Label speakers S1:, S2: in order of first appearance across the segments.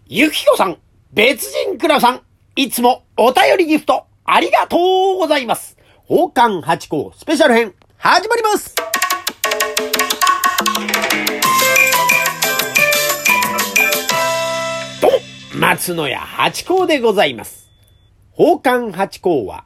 S1: ゆきこさん、別人クラブさん、いつもお便りギフトありがとうございます。宝冠八甲スペシャル編始まります。どうも、松野屋八甲でございます。宝冠八甲は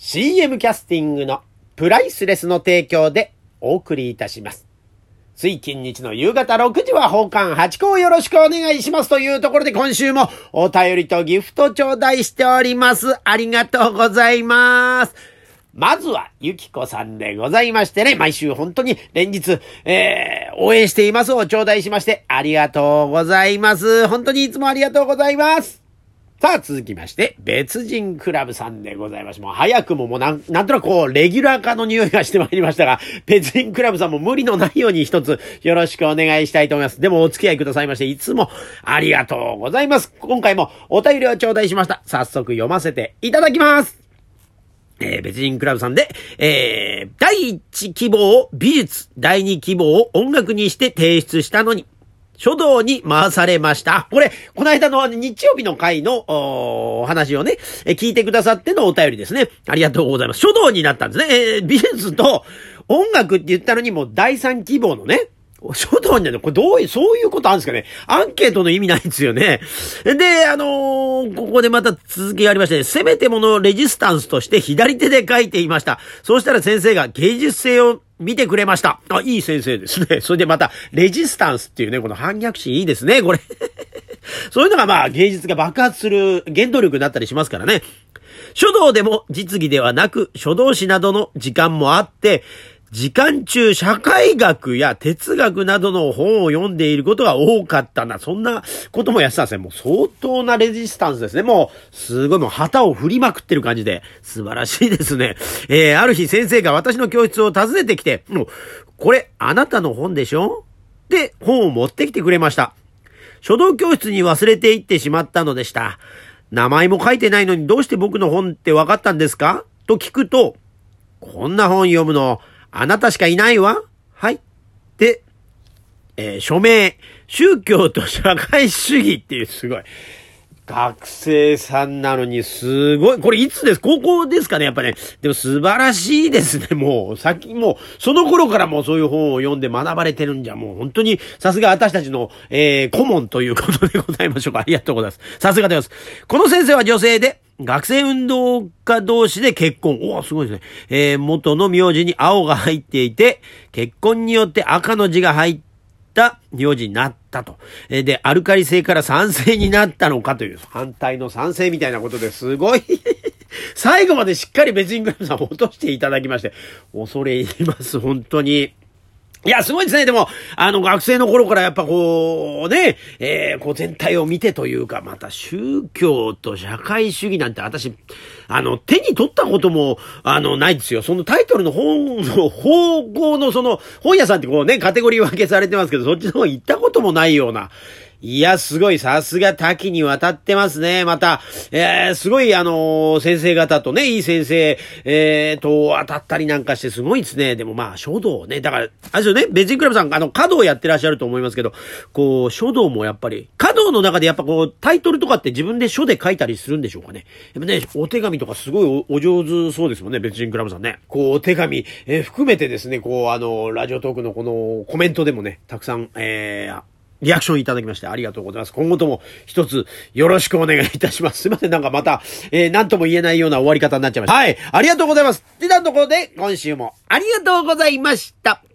S1: CM キャスティングのプライスレスの提供でお送りいたします。水金日の夕方6時は宝冠八甲をよろしくお願いしますというところで、今週もお便りとギフト頂戴しております。ありがとうございます。まずはゆきこさんでございましてね、毎週本当に連日、応援していますを頂戴しましてありがとうございます。本当にいつもありがとうございます。さあ続きまして、別人クラブさんでございます。もう早くもなんとなくこう、レギュラー化の匂いがしてまいりましたが、別人クラブさんも無理のないように一つよろしくお願いしたいと思います。でもお付き合いくださいまして、いつもありがとうございます。今回もお便りを頂戴しました。早速読ませていただきます。別人クラブさんで、第1希望を美術、第2希望を音楽にして提出したのに、書道に回されました。これ、この間の日曜日の回のお話をね、聞いてくださってのお便りですね。ありがとうございます。書道になったんですね。美術と音楽って言ったのにもう第3希望のね、書道になるの。これそういうことあるんですかね。アンケートの意味ないですよね。で、ここでまた続きがありまして、せめてものレジスタンスとして左手で書いていました。そうしたら先生が芸術性を見てくれました。いい先生ですね。それでまた、レジスタンスっていうね、この反逆心いいですね、これ。そういうのがまあ、芸術が爆発する原動力になったりしますからね。書道でも実技ではなく、書道史などの時間もあって、時間中社会学や哲学などの本を読んでいることが多かったな。そんなこともやってたんですね。もう相当なレジスタンスですね。もうすごいもう旗を振りまくってる感じで素晴らしいですね。ある日先生が私の教室を訪ねてきて、これあなたの本でしょ？って本を持ってきてくれました。書道教室に忘れていってしまったのでした。名前も書いてないのにどうして僕の本って分かったんですか？と聞くと、こんな本読むのあなたしかいないわ。はい。で、署名、宗教と社会主義っていうすごい。学生さんなのにすごい。これいつです？高校ですかねやっぱね。でも素晴らしいですね。もう、その頃からもうそういう本を読んで学ばれてるんじゃ、もう本当にさすが私たちの、顧問ということでございましょうか。ありがとうございます。さすがでございます。この先生は女性で、学生運動家同士で結婚。すごいですね。元の名字に青が入っていて、結婚によって赤の字が入った名字になったと。で、アルカリ性から酸性になったのかという、反対の酸性みたいなことですごい。最後までしっかり別人クラブさんを落としていただきまして、恐れ入ります、本当に。いや、すごいですね。でも、学生の頃からやっぱこう、ね、こう全体を見てというか、また宗教と社会主義なんて私、手に取ったことも、ないですよ。そのタイトルの本の方向のその、本屋さんってこうね、カテゴリー分けされてますけど、そっちの方行ったこともないような、いや、すごい、さすが多岐にわたってますね。また、すごい、先生方とね、いい先生、と当たったりなんかしてすごいですね。でもまあ、書道ね。だから、あれですよね、別人クラブさん、華道やってらっしゃると思いますけど、こう、書道もやっぱり、華道の中でやっぱこう、タイトルとかって自分で書で書いたりするんでしょうかね。やっぱね、お手紙とかすごいお上手そうですもんね、別人クラブさんね。こう、お手紙、含めてですね、こう、ラジオトークのこのコメントでもね、たくさん、リアクションいただきましてありがとうございます。今後とも一つよろしくお願いいたします。すいません、なんかまた、なんとも言えないような終わり方になっちゃいました。はい、ありがとうございます。ってなところで、今週もありがとうございました。